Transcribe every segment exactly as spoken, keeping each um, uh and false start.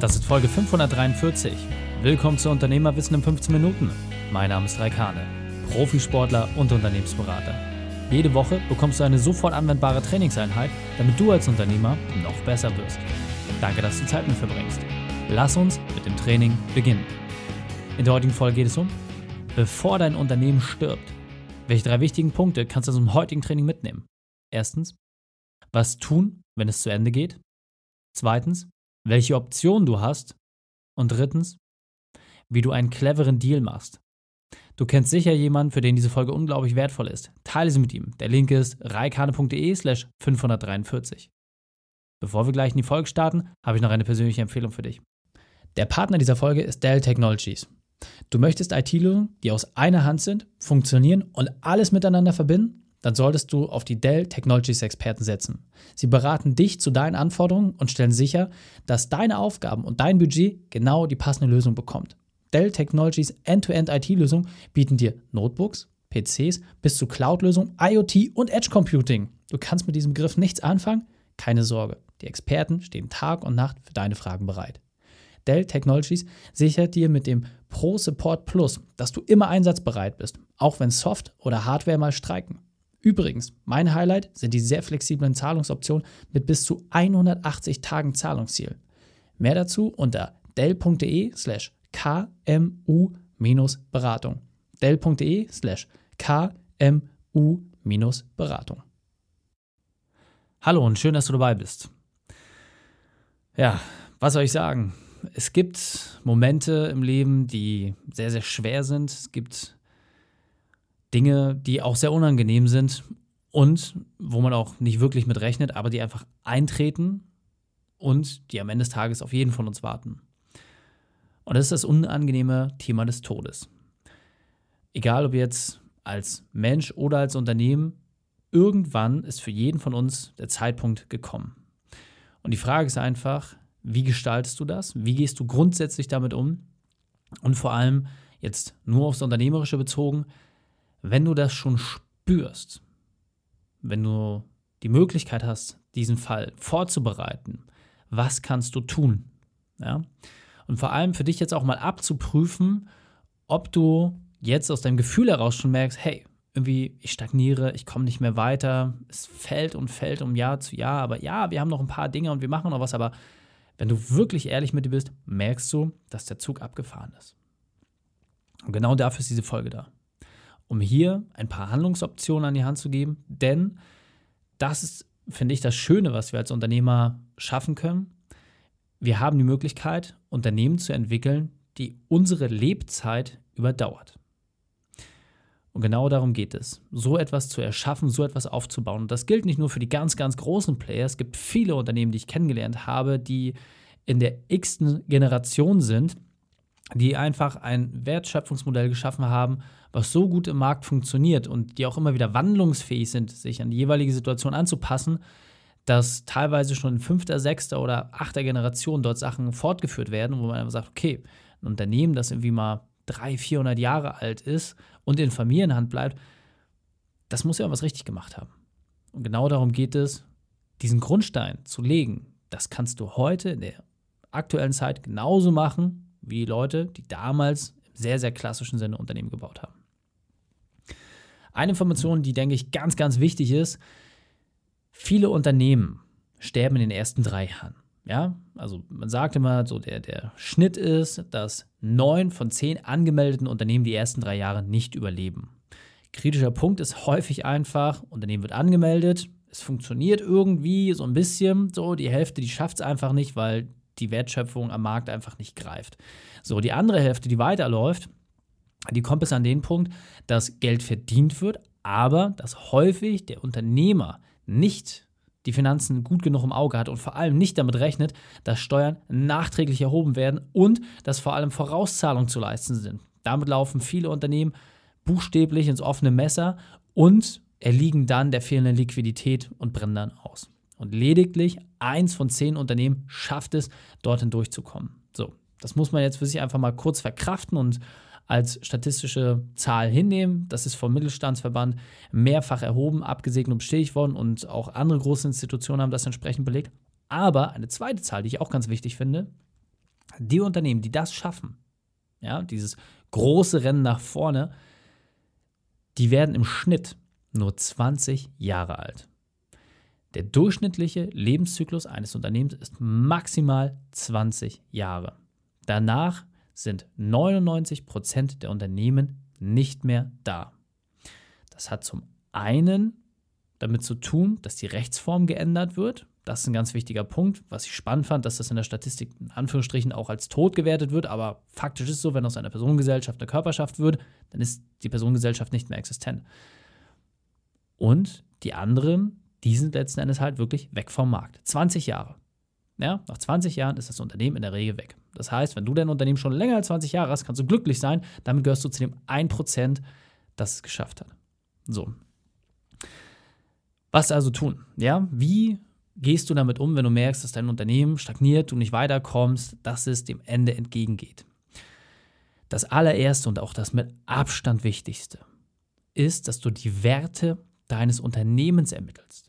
Das ist Folge fünfhundertdreiundvierzig. Willkommen zu Unternehmerwissen in fünfzehn Minuten. Mein Name ist Raik Hane, Profisportler und Unternehmensberater. Jede Woche bekommst du eine sofort anwendbare Trainingseinheit, damit du als Unternehmer noch besser wirst. Danke, dass du Zeit mit mir verbringst. Lass uns mit dem Training beginnen. In der heutigen Folge geht es um, bevor dein Unternehmen stirbt. Welche drei wichtigen Punkte kannst du aus dem heutigen Training mitnehmen? Erstens, was tun, wenn es zu Ende geht? Zweitens, welche Optionen du hast? Und drittens, wie du einen cleveren Deal machst. Du kennst sicher jemanden, für den diese Folge unglaublich wertvoll ist. Teile sie mit ihm. Der Link ist reikhane.de slash 543. Bevor wir gleich in die Folge starten, habe ich noch eine persönliche Empfehlung für dich. Der Partner dieser Folge ist Dell Technologies. Du möchtest I T-Lösungen, die aus einer Hand sind, funktionieren und alles miteinander verbinden? Dann solltest du auf die Dell Technologies Experten setzen. Sie beraten dich zu deinen Anforderungen und stellen sicher, dass deine Aufgaben und dein Budget genau die passende Lösung bekommt. Dell Technologies End-to-End-I T-Lösungen bieten dir Notebooks, P Cs bis zu Cloud-Lösungen, IoT und Edge-Computing. Du kannst mit diesem Begriff nichts anfangen? Keine Sorge, die Experten stehen Tag und Nacht für deine Fragen bereit. Dell Technologies sichert dir mit dem Pro Support Plus, dass du immer einsatzbereit bist, auch wenn Soft- oder Hardware mal streiken. Übrigens, mein Highlight sind die sehr flexiblen Zahlungsoptionen mit bis zu hundertachtzig Tagen Zahlungsziel. Mehr dazu unter dell.de slash kmu-beratung. dell.de slash kmu-beratung. Hallo und schön, dass du dabei bist. Ja, was soll ich sagen? Es gibt Momente im Leben, die sehr, sehr schwer sind. Es gibt Dinge, die auch sehr unangenehm sind und wo man auch nicht wirklich mit rechnet, aber die einfach eintreten und die am Ende des Tages auf jeden von uns warten. Und das ist das unangenehme Thema des Todes. Egal ob jetzt als Mensch oder als Unternehmen, irgendwann ist für jeden von uns der Zeitpunkt gekommen. Und die Frage ist einfach, wie gestaltest du das? Wie gehst du grundsätzlich damit um? Und vor allem jetzt nur aufs Unternehmerische bezogen, wenn du das schon spürst, wenn du die Möglichkeit hast, diesen Fall vorzubereiten, was kannst du tun? Ja? Und vor allem für dich jetzt auch mal abzuprüfen, ob du jetzt aus deinem Gefühl heraus schon merkst, hey, irgendwie ich stagniere, ich komme nicht mehr weiter, es fällt und fällt um Jahr zu Jahr, aber ja, wir haben noch ein paar Dinge und wir machen noch was, aber wenn du wirklich ehrlich mit dir bist, merkst du, dass der Zug abgefahren ist. Und genau dafür ist diese Folge da. Um hier ein paar Handlungsoptionen an die Hand zu geben, denn das ist, finde ich, das Schöne, was wir als Unternehmer schaffen können. Wir haben die Möglichkeit, Unternehmen zu entwickeln, die unsere Lebzeit überdauert. Und genau darum geht es, so etwas zu erschaffen, so etwas aufzubauen. Und das gilt nicht nur für die ganz, ganz großen Player. Es gibt viele Unternehmen, die ich kennengelernt habe, die in der x-ten Generation sind, die einfach ein Wertschöpfungsmodell geschaffen haben, was so gut im Markt funktioniert und die auch immer wieder wandlungsfähig sind, sich an die jeweilige Situation anzupassen, dass teilweise schon in fünfter, sechster oder achter Generation dort Sachen fortgeführt werden, wo man einfach sagt, okay, ein Unternehmen, das irgendwie mal dreihundert, vierhundert Jahre alt ist und in Familienhand bleibt, das muss ja was richtig gemacht haben. Und genau darum geht es, diesen Grundstein zu legen. Das kannst du heute in der aktuellen Zeit genauso machen, wie Leute, die damals im sehr, sehr klassischen Sinne Unternehmen gebaut haben. Eine Information, die, denke ich, ganz, ganz wichtig ist: Viele Unternehmen sterben in den ersten drei Jahren. Ja, also man sagt immer, so der, der Schnitt ist, dass neun von zehn angemeldeten Unternehmen die ersten drei Jahre nicht überleben. Kritischer Punkt ist häufig einfach, Unternehmen wird angemeldet, es funktioniert irgendwie so ein bisschen, so die Hälfte, die schafft es einfach nicht, weil die Wertschöpfung am Markt einfach nicht greift. So, die andere Hälfte, die weiterläuft, die kommt bis an den Punkt, dass Geld verdient wird, aber dass häufig der Unternehmer nicht die Finanzen gut genug im Auge hat und vor allem nicht damit rechnet, dass Steuern nachträglich erhoben werden und dass vor allem Vorauszahlungen zu leisten sind. Damit laufen viele Unternehmen buchstäblich ins offene Messer und erliegen dann der fehlenden Liquidität und brennen dann aus. Und lediglich eins von zehn Unternehmen schafft es, dorthin durchzukommen. So, das muss man jetzt für sich einfach mal kurz verkraften und als statistische Zahl hinnehmen. Das ist vom Mittelstandsverband mehrfach erhoben, abgesegnet und bestätigt worden und auch andere große Institutionen haben das entsprechend belegt. Aber eine zweite Zahl, die ich auch ganz wichtig finde, Die Unternehmen, die das schaffen, ja, dieses große Rennen nach vorne, die werden im Schnitt nur zwanzig Jahre alt. Der durchschnittliche Lebenszyklus eines Unternehmens ist maximal zwanzig Jahre. Danach sind neunundneunzig Prozent der Unternehmen nicht mehr da. Das hat zum einen damit zu tun, dass die Rechtsform geändert wird. Das ist ein ganz wichtiger Punkt, was ich spannend fand, dass das in der Statistik in Anführungsstrichen auch als tot gewertet wird, aber faktisch ist es so, wenn aus einer Personengesellschaft eine Körperschaft wird, dann ist die Personengesellschaft nicht mehr existent. Und die anderen, die sind letzten Endes halt wirklich weg vom Markt. zwanzig Jahre. Ja, nach zwanzig Jahren ist das Unternehmen in der Regel weg. Das heißt, wenn du dein Unternehmen schon länger als zwanzig Jahre hast, kannst du glücklich sein. Damit gehörst du zu dem ein Prozent, das es geschafft hat. So. Was also tun? Ja, wie gehst du damit um, wenn du merkst, dass dein Unternehmen stagniert, du nicht weiterkommst, dass es dem Ende entgegengeht? Das allererste und auch das mit Abstand wichtigste ist, dass du die Werte deines Unternehmens ermittelst.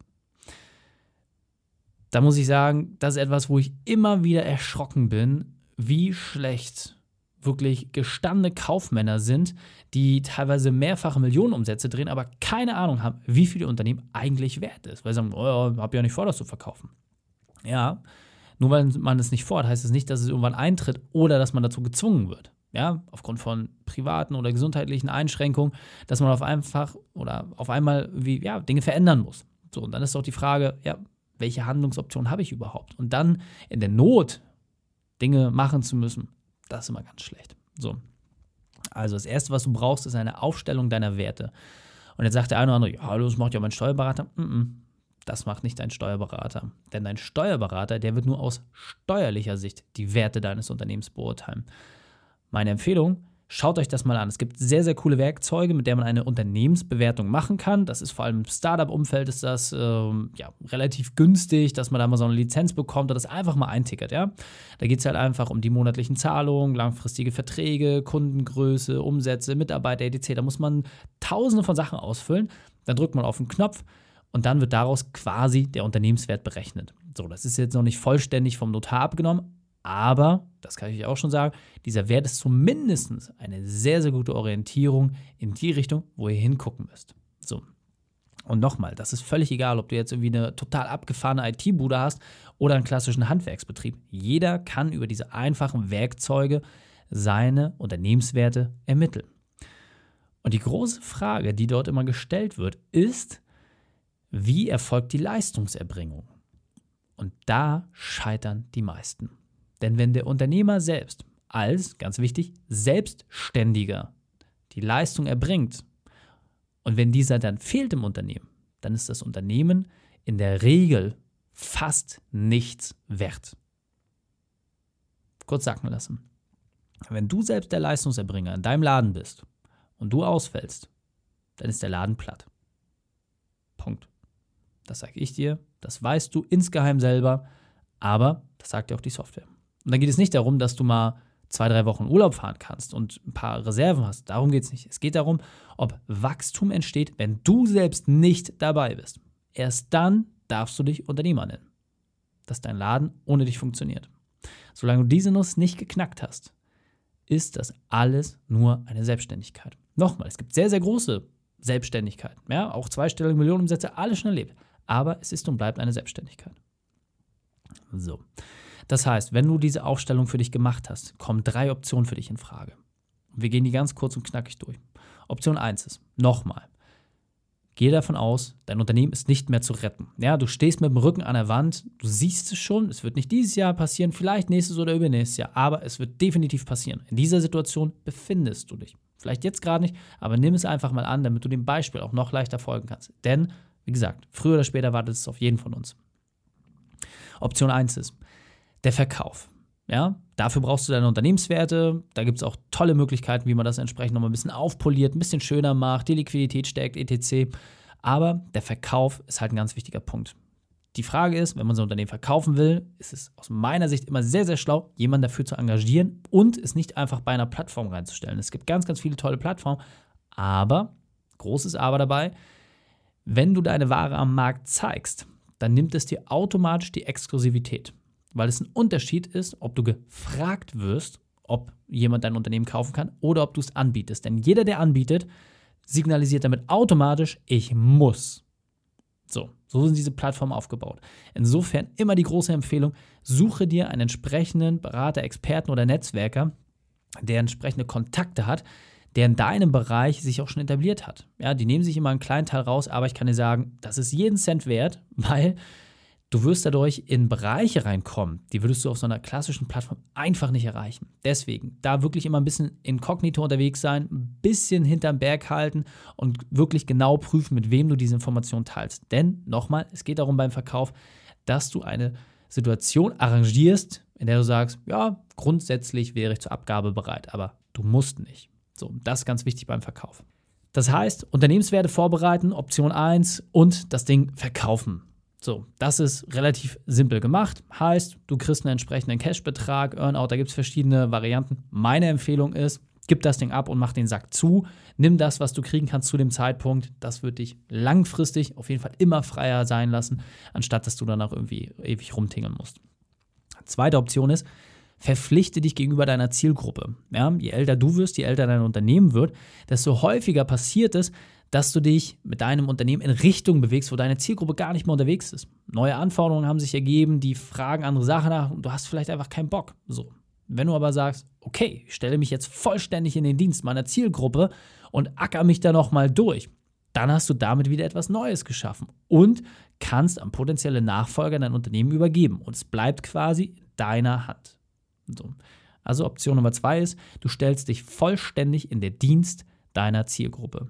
Da muss ich sagen, das ist etwas, wo ich immer wieder erschrocken bin, wie schlecht wirklich gestandene Kaufmänner sind, die teilweise mehrfache Millionenumsätze drehen, aber keine Ahnung haben, wie viel ihr Unternehmen eigentlich wert ist. Weil sie sagen, oh, ich habe ja nicht vor, das zu verkaufen. Ja, nur weil man es nicht vorhat, heißt es nicht, dass es irgendwann eintritt oder dass man dazu gezwungen wird. Ja, aufgrund von privaten oder gesundheitlichen Einschränkungen, dass man auf einfach oder auf einmal wie, ja, Dinge verändern muss. So, und dann ist auch die Frage, ja, welche Handlungsoption habe ich überhaupt? Und dann in der Not Dinge machen zu müssen, das ist immer ganz schlecht. So. Also das Erste, was du brauchst, ist eine Aufstellung deiner Werte. Und jetzt sagt der eine oder andere, ja, das macht ja mein Steuerberater. Mm-mm, das macht nicht dein Steuerberater. Denn dein Steuerberater, der wird nur aus steuerlicher Sicht die Werte deines Unternehmens beurteilen. Meine Empfehlung, schaut euch das mal an. Es gibt sehr, sehr coole Werkzeuge, mit denen man eine Unternehmensbewertung machen kann. Das ist vor allem im Startup-Umfeld ist das ähm, ja, relativ günstig, dass man da mal so eine Lizenz bekommt oder das einfach mal eintickert. Ja? Da geht es halt einfach um die monatlichen Zahlungen, langfristige Verträge, Kundengröße, Umsätze, Mitarbeiter, et cetera. Da muss man tausende von Sachen ausfüllen. Dann drückt man auf den Knopf und dann wird daraus quasi der Unternehmenswert berechnet. So, das ist jetzt noch nicht vollständig vom Notar abgenommen, aber, das kann ich euch auch schon sagen, dieser Wert ist zumindest eine sehr, sehr gute Orientierung in die Richtung, wo ihr hingucken müsst. So. Und nochmal, das ist völlig egal, ob du jetzt irgendwie eine total abgefahrene I T-Bude hast oder einen klassischen Handwerksbetrieb. Jeder kann über diese einfachen Werkzeuge seine Unternehmenswerte ermitteln. Und die große Frage, die dort immer gestellt wird, ist, wie erfolgt die Leistungserbringung? Und da scheitern die meisten. Denn wenn der Unternehmer selbst als, ganz wichtig, Selbstständiger die Leistung erbringt und wenn dieser dann fehlt im Unternehmen, dann ist das Unternehmen in der Regel fast nichts wert. Kurz sacken lassen. Wenn du selbst der Leistungserbringer in deinem Laden bist und du ausfällst, dann ist der Laden platt. Punkt. Das sage ich dir, das weißt du insgeheim selber, aber das sagt dir auch die Software. Und dann geht es nicht darum, dass du mal zwei, drei Wochen Urlaub fahren kannst und ein paar Reserven hast. Darum geht es nicht. Es geht darum, ob Wachstum entsteht, wenn du selbst nicht dabei bist. Erst dann darfst du dich Unternehmer nennen. Dass dein Laden ohne dich funktioniert. Solange du diese Nuss nicht geknackt hast, ist das alles nur eine Selbstständigkeit. Nochmal, es gibt sehr, sehr große Selbstständigkeiten. Ja, auch zweistellige Millionenumsätze, alles schon erlebt. Aber es ist und bleibt eine Selbstständigkeit. So. Das heißt, wenn du diese Aufstellung für dich gemacht hast, kommen drei Optionen für dich in Frage. Wir gehen die ganz kurz und knackig durch. Option eins ist, nochmal, gehe davon aus, dein Unternehmen ist nicht mehr zu retten. Ja, du stehst mit dem Rücken an der Wand, du siehst es schon, es wird nicht dieses Jahr passieren, vielleicht nächstes oder übernächstes Jahr, aber es wird definitiv passieren. In dieser Situation befindest du dich. Vielleicht jetzt gerade nicht, aber nimm es einfach mal an, damit du dem Beispiel auch noch leichter folgen kannst. Denn, wie gesagt, früher oder später wartet es auf jeden von uns. Option eins ist, der Verkauf. Ja, dafür brauchst du deine Unternehmenswerte. Da gibt es auch tolle Möglichkeiten, wie man das entsprechend nochmal ein bisschen aufpoliert, ein bisschen schöner macht, die Liquidität stärkt, et cetera. Aber der Verkauf ist halt ein ganz wichtiger Punkt. Die Frage ist, wenn man so ein Unternehmen verkaufen will, ist es aus meiner Sicht immer sehr, sehr schlau, jemanden dafür zu engagieren und es nicht einfach bei einer Plattform reinzustellen. Es gibt ganz, ganz viele tolle Plattformen, aber, großes Aber dabei, wenn du deine Ware am Markt zeigst, dann nimmt es dir automatisch die Exklusivität. weil es ein Unterschied ist, ob du gefragt wirst, ob jemand dein Unternehmen kaufen kann oder ob du es anbietest. Denn jeder, der anbietet, signalisiert damit automatisch, ich muss. So, so sind diese Plattformen aufgebaut. Insofern immer die große Empfehlung, suche dir einen entsprechenden Berater, Experten oder Netzwerker, der entsprechende Kontakte hat, der in deinem Bereich sich auch schon etabliert hat. Ja, die nehmen sich immer einen kleinen Teil raus, aber ich kann dir sagen, das ist jeden Cent wert, weil du wirst dadurch in Bereiche reinkommen, die würdest du auf so einer klassischen Plattform einfach nicht erreichen. Deswegen, da wirklich immer ein bisschen inkognito unterwegs sein, ein bisschen hinterm Berg halten und wirklich genau prüfen, mit wem du diese Information teilst. Denn, nochmal, es geht darum beim Verkauf, dass du eine Situation arrangierst, in der du sagst, ja, grundsätzlich wäre ich zur Abgabe bereit, aber du musst nicht. So, das ist ganz wichtig beim Verkauf. Das heißt, Unternehmenswerte vorbereiten, Option eins und das Ding verkaufen. So, das ist relativ simpel gemacht. Heißt, du kriegst einen entsprechenden Cashbetrag, Earnout, da gibt es verschiedene Varianten. Meine Empfehlung ist, gib das Ding ab und mach den Sack zu. Nimm das, was du kriegen kannst zu dem Zeitpunkt. Das wird dich langfristig auf jeden Fall immer freier sein lassen, anstatt dass du danach irgendwie ewig rumtingeln musst. Zweite Option ist, verpflichte dich gegenüber deiner Zielgruppe. Ja, je älter du wirst, je älter dein Unternehmen wird, desto häufiger passiert es, dass du dich mit deinem Unternehmen in Richtung bewegst, wo deine Zielgruppe gar nicht mehr unterwegs ist. Neue Anforderungen haben sich ergeben, die fragen andere Sachen nach und du hast vielleicht einfach keinen Bock. So. Wenn du aber sagst, okay, ich stelle mich jetzt vollständig in den Dienst meiner Zielgruppe und acker mich da nochmal durch, dann hast du damit wieder etwas Neues geschaffen und kannst an potenzielle Nachfolger dein Unternehmen übergeben und es bleibt quasi in deiner Hand. So. Also Option Nummer zwei ist, du stellst dich vollständig in den Dienst deiner Zielgruppe.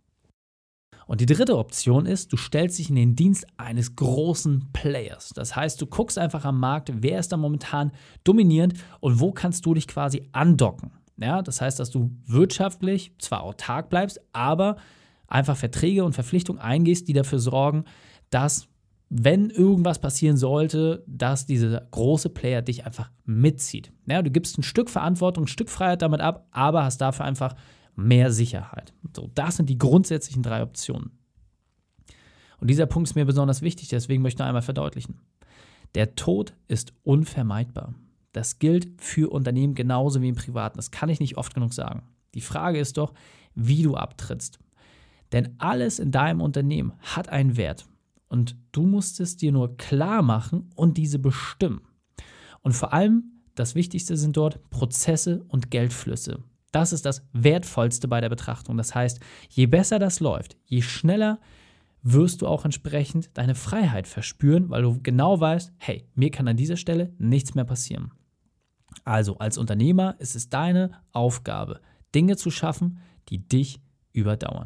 Und die dritte Option ist, du stellst dich in den Dienst eines großen Players. Das heißt, du guckst einfach am Markt, wer ist da momentan dominierend und wo kannst du dich quasi andocken. Ja, das heißt, dass du wirtschaftlich zwar autark bleibst, aber einfach Verträge und Verpflichtungen eingehst, die dafür sorgen, dass, wenn irgendwas passieren sollte, dass dieser große Player dich einfach mitzieht. Ja, du gibst ein Stück Verantwortung, ein Stück Freiheit damit ab, aber hast dafür einfach mehr Sicherheit. So, das sind die grundsätzlichen drei Optionen. Und dieser Punkt ist mir besonders wichtig, deswegen möchte ich noch einmal verdeutlichen. Der Tod ist unvermeidbar. Das gilt für Unternehmen genauso wie im Privaten. Das kann ich nicht oft genug sagen. Die Frage ist doch, wie du abtrittst. Denn alles in deinem Unternehmen hat einen Wert. Und du musst es dir nur klar machen und diese bestimmen. Und vor allem, das Wichtigste sind dort Prozesse und Geldflüsse. Das ist das Wertvollste bei der Betrachtung. Das heißt, je besser das läuft, je schneller wirst du auch entsprechend deine Freiheit verspüren, weil du genau weißt, hey, mir kann an dieser Stelle nichts mehr passieren. Also als Unternehmer ist es deine Aufgabe, Dinge zu schaffen, die dich überdauern.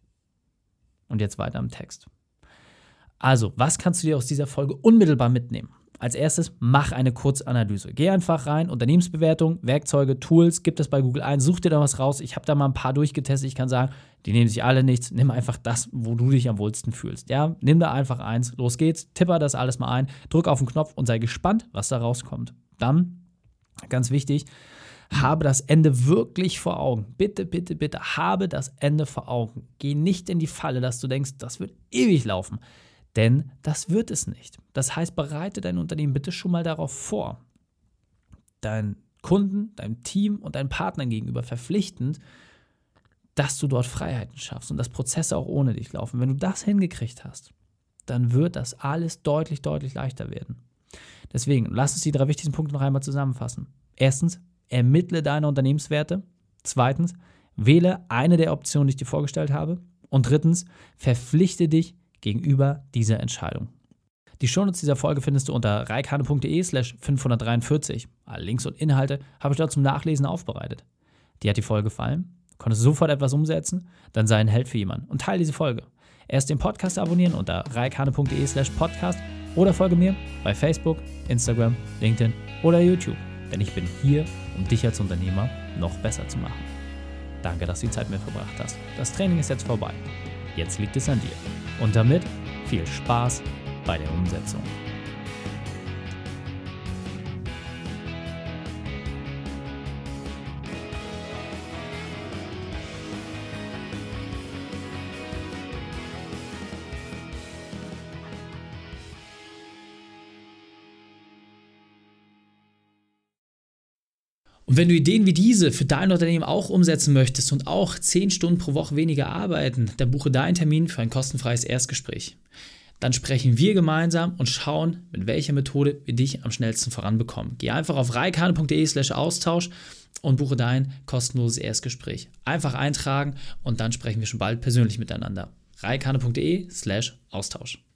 Und jetzt weiter im Text. Also, was kannst du dir aus dieser Folge unmittelbar mitnehmen? Als erstes, mach eine Kurzanalyse. Geh einfach rein, Unternehmensbewertung, Werkzeuge, Tools, gib das bei Google ein, such dir da was raus. Ich habe da mal ein paar durchgetestet. Ich kann sagen, die nehmen sich alle nichts. Nimm einfach das, wo du dich am wohlsten fühlst. Ja, nimm da einfach eins, los geht's, tipper das alles mal ein, drück auf den Knopf und sei gespannt, was da rauskommt. Dann, ganz wichtig, habe das Ende wirklich vor Augen. Bitte, bitte, bitte, habe das Ende vor Augen. Geh nicht in die Falle, dass du denkst, das wird ewig laufen. Denn das wird es nicht. Das heißt, bereite dein Unternehmen bitte schon mal darauf vor, deinen Kunden, deinem Team und deinen Partnern gegenüber verpflichtend, dass du dort Freiheiten schaffst und dass Prozesse auch ohne dich laufen. Wenn du das hingekriegt hast, dann wird das alles deutlich, deutlich leichter werden. Deswegen, lass uns die drei wichtigsten Punkte noch einmal zusammenfassen. Erstens, ermittle deine Unternehmenswerte. Zweitens, wähle eine der Optionen, die ich dir vorgestellt habe. Und drittens, verpflichte dich gegenüber dieser Entscheidung. Die Shownotes dieser Folge findest du unter reikane.de slash fünfhundertdreiundvierzig. Alle Links und Inhalte habe ich dort zum Nachlesen aufbereitet. Dir hat die Folge gefallen? Konntest du sofort etwas umsetzen? Dann sei ein Held für jemanden und teile diese Folge. Erst den Podcast abonnieren unter reikane.de slash podcast oder folge mir bei Facebook, Instagram, LinkedIn oder YouTube. Denn ich bin hier, um dich als Unternehmer noch besser zu machen. Danke, dass du die Zeit mit mir verbracht hast. Das Training ist jetzt vorbei. Jetzt liegt es an dir. Und damit viel Spaß bei der Umsetzung. Und wenn du Ideen wie diese für dein Unternehmen auch umsetzen möchtest und auch zehn Stunden pro Woche weniger arbeiten, dann buche deinen Termin für ein kostenfreies Erstgespräch. Dann sprechen wir gemeinsam und schauen, mit welcher Methode wir dich am schnellsten voranbekommen. Geh einfach auf reikane.de slash Austausch und buche dein kostenloses Erstgespräch. Einfach eintragen und dann sprechen wir schon bald persönlich miteinander. reikane.de slash Austausch.